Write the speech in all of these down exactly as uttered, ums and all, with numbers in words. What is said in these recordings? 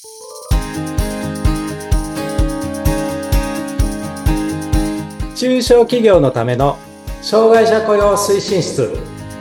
中小企業のための障害者雇用推進室。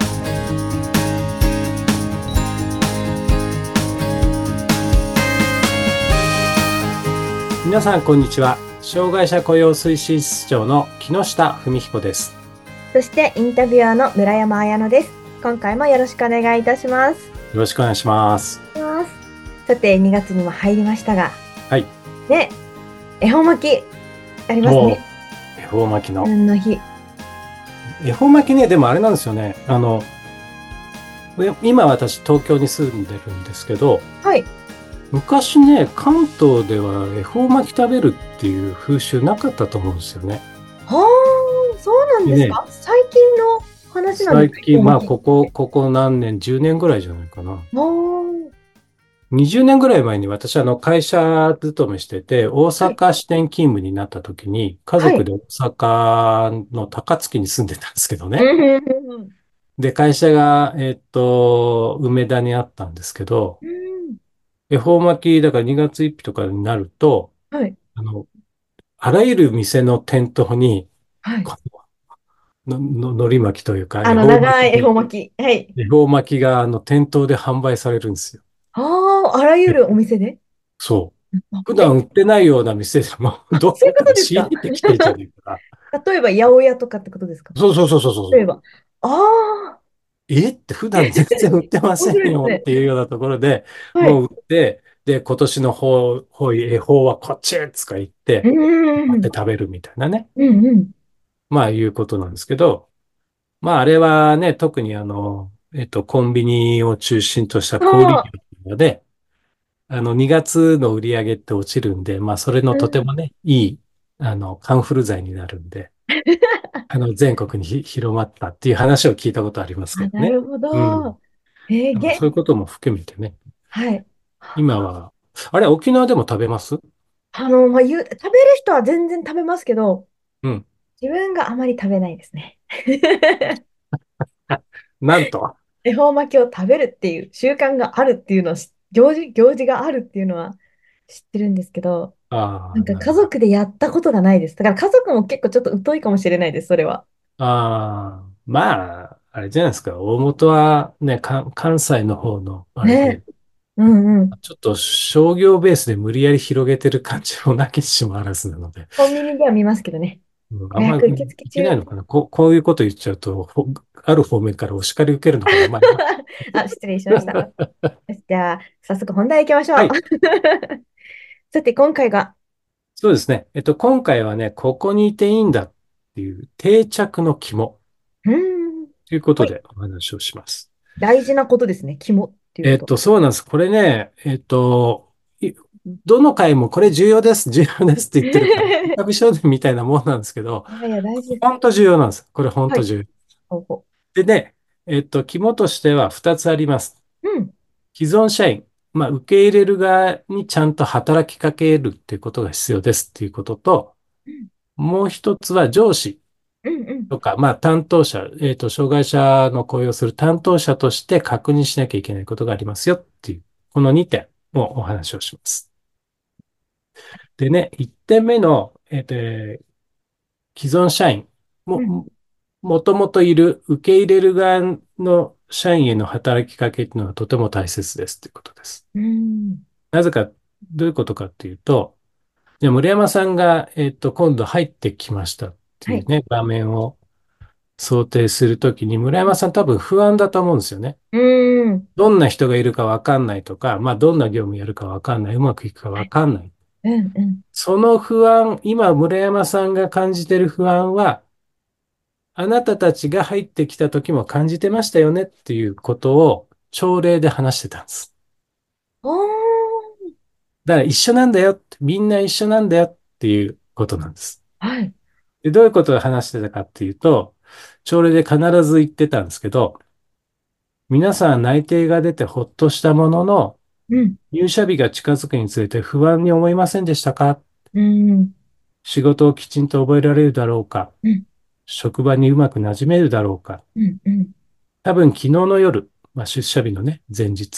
皆さんこんにちは。障害者雇用推進室長の木下文彦です。 そしてインタビュアーの村山彩乃です。今回もよろしくお願いいたします。よろしくお願いします。 さてにがつにも入りましたが、 はい。 ね、恵方巻きありますね。 恵方巻きの。 何の日。 恵方巻きね、でもあれなんですよね。あの今私東京に住んでるんですけど、 はい。 昔ね、関東では恵方巻き食べるっていう風習なかったと思うんですよね。 はあ、そうなんですか。ね、最近の話なんですか。 最近、まあ、ここ、ここ何年、じゅうねんぐらいじゃないかな。にじゅうねんぐらい前に私、あの、会社勤めしてて、大阪支店勤務になった時に、家族で大阪の高槻に住んでたんですけどね。 はい、 で、会社が、えっと、梅田にあったんですけど、恵方巻き、だからにがつついたちとかになると、 はい、 あの、あらゆる店の店頭に、 はい、 のの海苔巻きというか、 あの、長い恵方巻き。はい。 恵方巻きが、あの、店頭で販売されるんですよ。 ああ、あらゆるお店で。 そう。普段売ってないような店でも、どっかで仕入れてきてんじゃねえかな。例えば、八百屋とかってことですか。 そうそうそうそうそう。 例えば。ああ。 えって普段全然売ってませんよっていうようなところで、 はい、 もう売って、で、今年の方、方位、恵方はこっちつか言って、買って食べるみたいなね。 うんうん。 まあ、いうことなんですけど、まあ、あれはね、特にあの、えっと、コンビニを中心とした小売業で、あの、にがつの売り上げって落ちるんで、まあ、それのとてもね、うん、いい、あの、カンフル剤になるんで、あの、全国にひ広まったっていう話を聞いたことありますけあ、 どね。 なるほうん。 ど。えー、げ、 そういうことも含めてね。 はい。 今は、あれ、沖縄でも食べます？ あの、まあ、言う、食べる人は全然食べますけど、 うん。 自分があまり食べないですね。 なんと。 恵方巻きを食べるっていう習慣があるっていうのを知、行事、行事があるっていうのは知ってるんですけど、 ああ、 なんか家なるほど。 族でやったことがないです。だから家族も結構ちょっと疎いかもしれないです、それは。 ああ、まあ、あれじゃないですか。大元はね、か関西の方のあれね。 で、 うんうん。 ちょっと商業ベースで無理やり広げてる感じもなきにしもあらずなので、 コンビニでは見ますけどね。 うん、あ予んまい約受付中。 けないのかな。こう、こういうこと言っちゃうと、ほある方面からお叱り受けるのかな。まあ、失礼しあ、 ました。よしじゃあ、早速本題行きましょう。 はい。 さて、今回が、 そうですね。えっと、今回はね、ここにいていいんだっていう定着の肝うーん、 ということはい、 でお話をします。 大事なことですね。肝っていうこと。 えっと、そうなんです。これね、えっと、いどの回もこれ重要です、重要ですって言ってるから、旅少年みたいなもんなんですけど、 いやいや、大事です。 本当重要なんです。これ本はい。 当重要。 ほうほでね、えっと、肝としてはふたつあります。 う。うん。 既存社員、まあ、受け入れる側にちゃんと働きかけるっていうことが必要ですっていうことと、 うん、 もう一つは上司うん、うん。 とか、まあ、担当者、えっと、障害者の雇用する担当者として確認しなきゃいけないことがありますよっていう、このにてんをお話をします。でね、いってんめの、えっと、既存社員うん、 も、もともといる受け入れる側の社員への働きかけっていうのはとても大切ですということです。 うん。 なぜか、どういうことかっていうと、じゃあ村山さんが、えっと、今度入ってきましたってはい。 いうね、場面を想定するときに、村山さん多分不安だと思うんですよね。 うーん。 どんな人がいるかわかんないとか、まあ、どんな業務やるかわかんない、うまくいくかはい。 わかんない。 うん、うん。 その不安、今、村山さんが感じている不安は、あなたたちが入ってきた時も感じてましたよねっていうことを朝礼で話してたんです。 おー。 だから一緒なんだよって、みんな一緒なんだよっていうことなんです。 はい。 で、どういうことを話してたかっていうと、朝礼で必ず言ってたんですけど、皆さん内定が出てほっとしたものの、 うん、 入社日が近づくにつれて不安に思いませんでしたか？ うん、 仕事をきちんと覚えられるだろうか？ うん、 職場にうまく馴染めるだろうか？ うん、うん、 多分昨日の夜、まあ、出社日のね、前日、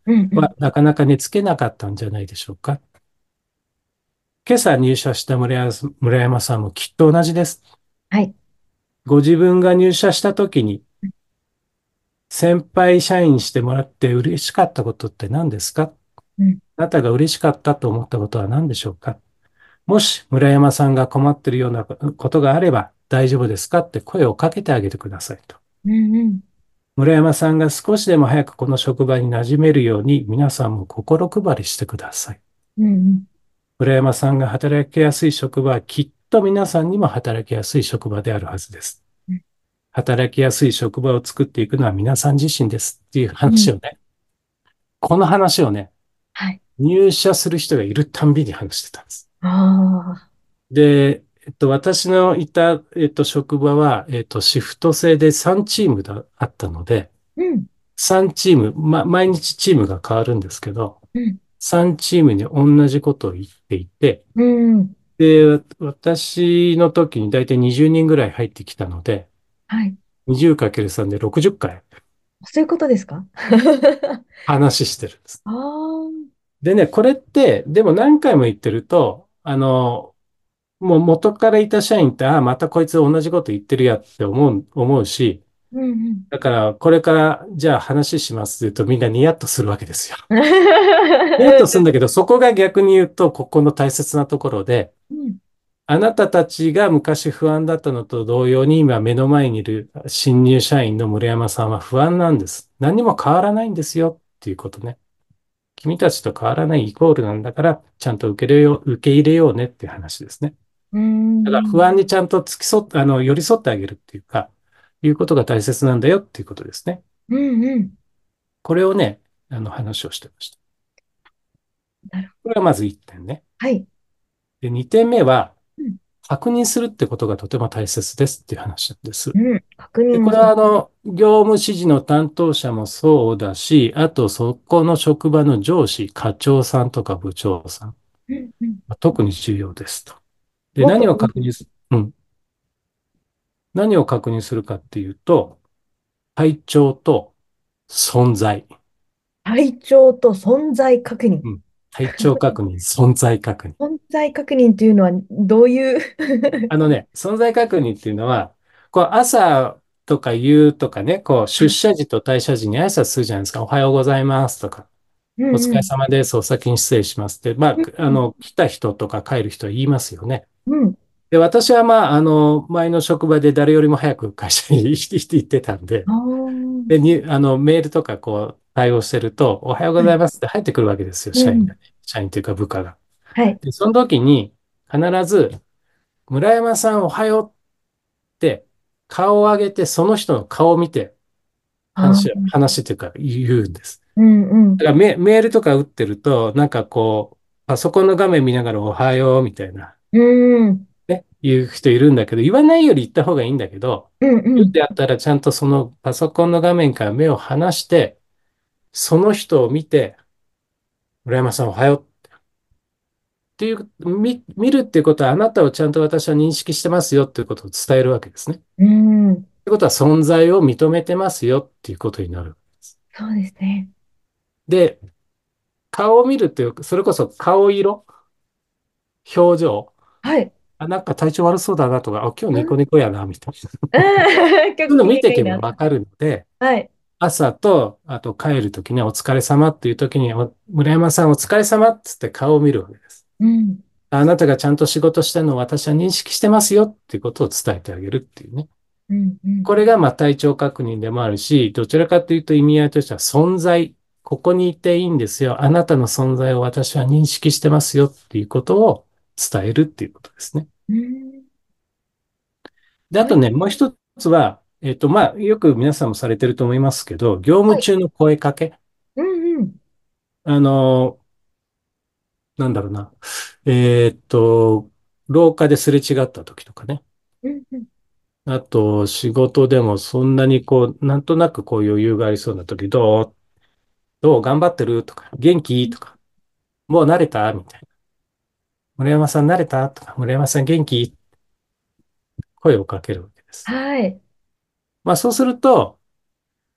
うんうん。 はなかなか寝つけなかったんじゃないでしょうか。今朝入社した村山村山さんもきっと同じです。 はい。 ご自分が入社した時に先輩社員してもらって嬉しかったことって何ですか？ うん。 あなたが嬉しかったと思ったことは何でしょうか？もし村山さんが困っているようなことがあれば大丈夫ですかって声をかけてあげてくださいと。 うんうん。 村山さんが少しでも早くこの職場に馴染めるように皆さんも心配りしてください。 うんうん。 村山さんが働きやすい職場はきっと皆さんにも働きやすい職場であるはずです。働きやすい職場を作っていくのは皆さん自身ですっていううん。 話をね、この話をね、 はい。 入社する人がいるたんびに話してたんです。 ああ。 で、えっと、私のいた、えっと、職場は、えっと、シフト制でさんチームだあったので、 うん。 さんチーム、ま、毎日チームが変わるんですけど、 うん。 さんチームに同じことを言っていて、 うん。 で、私の時に大体にじゅうにんぐらい入ってきたので、 はい。 にじゅうさんでろくじゅっかいそういうことですか？ 話してるんです。 ああ。 でね、これって、でも何回も言ってると、あの、もう元からいた社員って、ああ、またこいつ同じこと言ってるやって思う、思うし、 うんうん。 だからこれからじゃあ話しますって言うとみんなニヤッとするわけですよ。ニヤッとするんだけど、そこが逆に言うと、ここの大切なところで、 うん。 あなたたちが昔不安だったのと同様に、今目の前にいる新入社員の村山さんは不安なんです。何にも変わらないんですよっていうことね。君たちと変わらないイコールなんだから、ちゃんと受け入れよう、受け入れようねっていう話ですね。 うだからん。 不安にちゃんと付き添って、あの、寄り添ってあげるっていうか、いうことが大切なんだよっていうことですね。 うんうん。 これをね、あの話をしてました。 なるほこれがまずいってんね。 ど。はい。 で、にてんめは、 うん。 確認するってことがとても大切ですっていう話なんです。 うん。確で、 認をする。 これはあの、業務指示の担当者もそうだし、あとそこの職場の上司、課長さんとか部長さん、 うんうん。 特に重要ですと。で、何を元部確認す、うん、何を確認するかっていうと、体調と存在。 体調と存在確認。 うん。体調確認、存在確認。 存在確認というのはどういう？ あのね、存在確認っていうのは、こう朝とか夕とかね、こう出社時と退社時に挨拶するじゃないですか。おはようございますとか、お疲れうんうん。 様です。お先に失礼しますって、まあ、あうんの、来た人とか帰る人は言いますよね。 うん。 で、私はまあ、あの、前の職場で誰よりも早く会社に行ってたんで、 ああ。 で、に、あの、メールとかこう対応してると、おはようごはい。 ざいますって入ってくるわけですよ、 うん。 社員がね。社員というか部下が。 はい。 で、その時に必ず、村山さんおはようって顔を上げて、その人の顔を見て話、 ああ。 話っていうか言うんです。 うんうん。 だからメ、メールとか打ってると、なんかこう、パソコンの画面見ながらおはようみたいな、 うん。 ね、言う人いるんだけど、言わないより言った方がいいんだけど、 うんうん。 言ってやったらちゃんとそのパソコンの画面から目を離して、その人を見て、村山さんおはようっていう、見、見るっていうことは、あなたをちゃんと私は認識してますよっていうことを伝えるわけですね。っうん。 てことは、存在を認めてますよっていうことになる。 そうですね。 で、顔を見るっていう、それこそ顔色、表情、 はい。 あ、なんか体調悪そうだなとか、あ、今日ニコうん。 ニコやな、みたいな。 あー今日機そういうの見てい嫌がいいな。 けばわかるので、 はい。 朝と、あと帰るときにお疲れ様っていうときに、お村山さんお疲れ様っつって顔を見るわけです。 うん。 あなたがちゃんと仕事したのを私は認識してますよっていうことを伝えてあげるっていうね。 うんうん。 これがまあ体調確認でもあるし、どちらかというと意味合いとしては存在、ここにいていいんですよ。あなたの存在を私は認識してますよっていうことを伝えるっていうことですね。 うん。 で、あはい。 とね、もう一つは、えっと、まあ、よく皆さんもされてると思いますけど、業務はい。 中の声かけ。 うんうん。 あの、なんだろうな。えっと、廊下ですれ違った時とかね。 うんうん。 あと、仕事でもそんなにこう、なんとなくこう余裕がありそうな時、どうどう頑張ってるとか、元気とか、もう慣れたみたいな。村山さん慣れたとか、村山さん元気声をかけるわけです。 はい。 まあそうすると、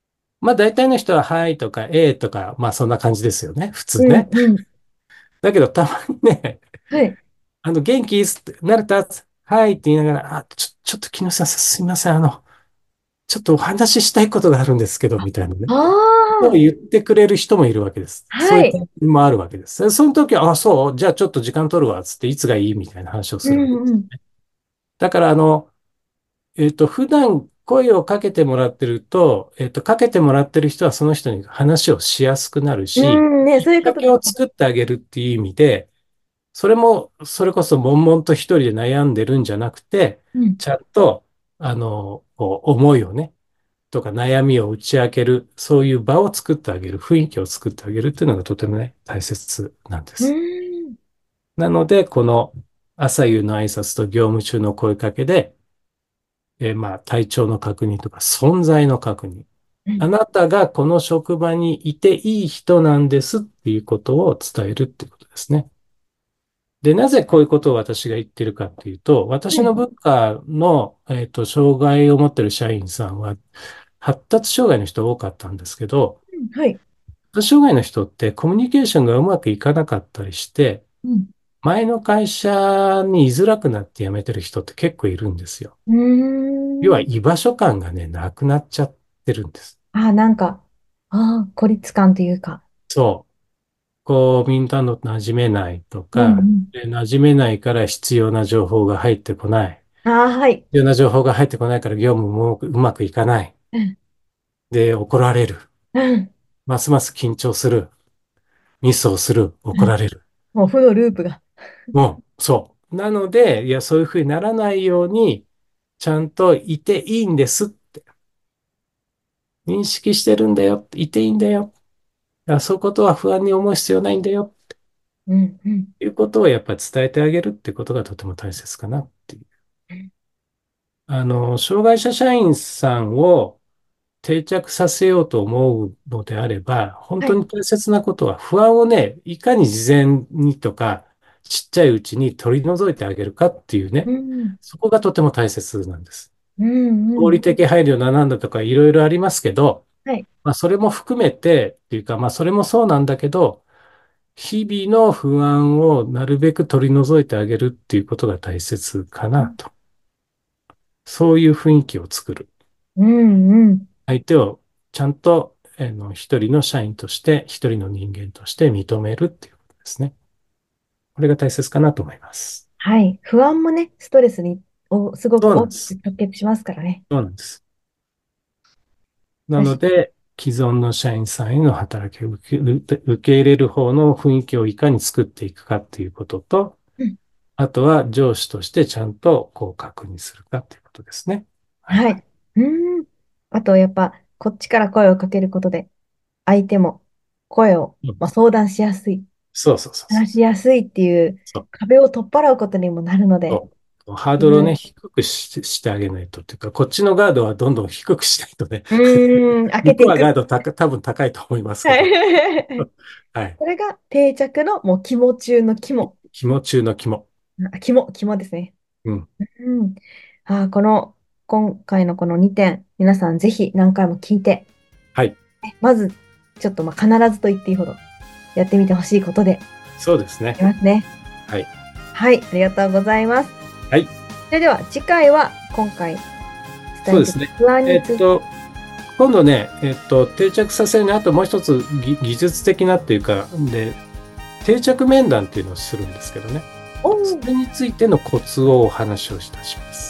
まあ大体の人ははいとかええとか、まあそんな感じですよね。普通うんね。 うん。 だけどたまにね、 はい。 あの元気いいっすって、なるた、はいって言いながら、あ、ちょ、ちょっと木下さんすみません。あの、ちょっとお話ししたいことがあるんですけど、みたいなね。 あそうあ、 言ってくれる人もいるわけです。そういうはい。 体験もあるわけです。その時は、あ、そうじゃあちょっと時間取るわ、つって、いつがいいみたいな話をうするわけです。 んうん。 だから、あの、えっと、普段声をかけてもらってると、えっと、かけてもらってる人はその人に話をしやすくなるうし、 んね、 きっそういうこかけをとですね。 作ってあげるっていう意味で、それも、それこそ悶々と一人で悩んでるんじゃなくて、 うん。 ちゃんと、あの、こう思いをね、とか悩みを打ち明ける、そういう場を作ってあげる、雰囲気を作ってあげるっていうのがとてもね、大切なんでうす。 ん。 なので、この朝夕の挨拶と業務中の声かけで、えーまあ、体調の確認とか存在の確認。 うん。 あなたがこの職場にいていい人なんですっていうことを伝えるっていうことですね。で、なぜこういうことを私が言ってるかっていうと、私はい。 の部下の、えっと、障害を持ってる社員さんは、発達障害の人が多かったんですけど、 うん、はい。 発達障害の人ってコミュニケーションがうまくいかなかったりして、 うん。 前の会社に居づらくなって辞めてる人って結構いるんですよ。 うーん。 要は居場所感がね、なくなっちゃってるんです。 あ、なんか、ああ、孤立感というか。 そう。こう、みんなの馴染めないとか、 うんうん。 で馴染めないから必要な情報が入ってこない。 ああ、はい。 必要な情報が入ってこないから業務もうまくいかない。 うん。 で、怒られる。 うん。 ますます緊張する。ミスをする。 うん、 怒られる。 もう負のループが。 もう、そう。なので、いや、そういうふうにならないように、ちゃんといていいんですって。認識してるんだよ。いていいんだよ。いやそういうことは不安に思う必要ないんだよ。 うんうん。 いうことをやっぱり伝えてあげるってことがとても大切かなっていう。あの、障害者社員さんを定着させようと思うのであれば、本はい。 当に大切なことは不安をね、いかに事前にとか、ちっちゃいうちに取り除いてあげるかっていうね、 うん。 そこがとても大切なんです。 うんうん。 合理的配慮だなんだとかいろいろありますけど、 はい。 まあ、それも含めてっていうか、まあ、それもそうなんだけど、日々の不安をなるべく取り除いてあげるっていうことが大切かなと。そういう雰囲気を作る。 うんうん。 相手をちゃんと、あの、一人の社員として、一人の人間として認めるっていうことですね。これが大切かなと思います。 はい。不安もね、ストレスにおすごく大きくそうなんです。 直結しますからね。 そうなんです。な確かので、既存の社員さんへの働きを受け、受け入れる方の雰囲気をいかに作っていくかっていうことと、 に。うん。 あとは上司としてちゃんとこう確認するかっていうことですね。はい。 はい。うん。あと、やっぱ、こっちから声をかけることで、相手も声を、まあ、相談しやすい、 そうそうそうそう。 話しやすいっていうそう壁を取っ払うことにもなるので、 そうハードルをね、 うん。 低くし、してあげないとっていうか、こっちのガードはどんどん低くしないとね、 うーん、開向こうはガーけていく。 ド高多分高いと思いますけはど、 い。 はい。 それが定着のもう肝中の肝。 肝中の肝。 あ、肝、肝ですね。 うん。 うん。あー、この、今回のこのにてん、皆さんぜひ何回も聞いて、 はい。 まず、ちょっとまあ必ずと言っていいほど、やってみてほしいことでそうですね。 いますね。 はい。 はい、ありがとうございます。 はい。 それでは次回は今回伝えてそうですね。 不安について。 えっと、今度ね、えっと、定着させるね、あともう一つぎ技術的なっていうか、で、定着面談っていうのをするんですけどね。 おー、 それについてのコツをお話をいたします。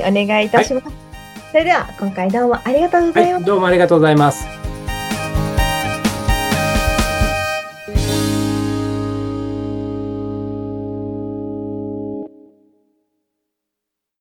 はい、お願いいたはい。 します。それでは今回どうもありがとうごはい。 ざいます。 どうもありがとうございます。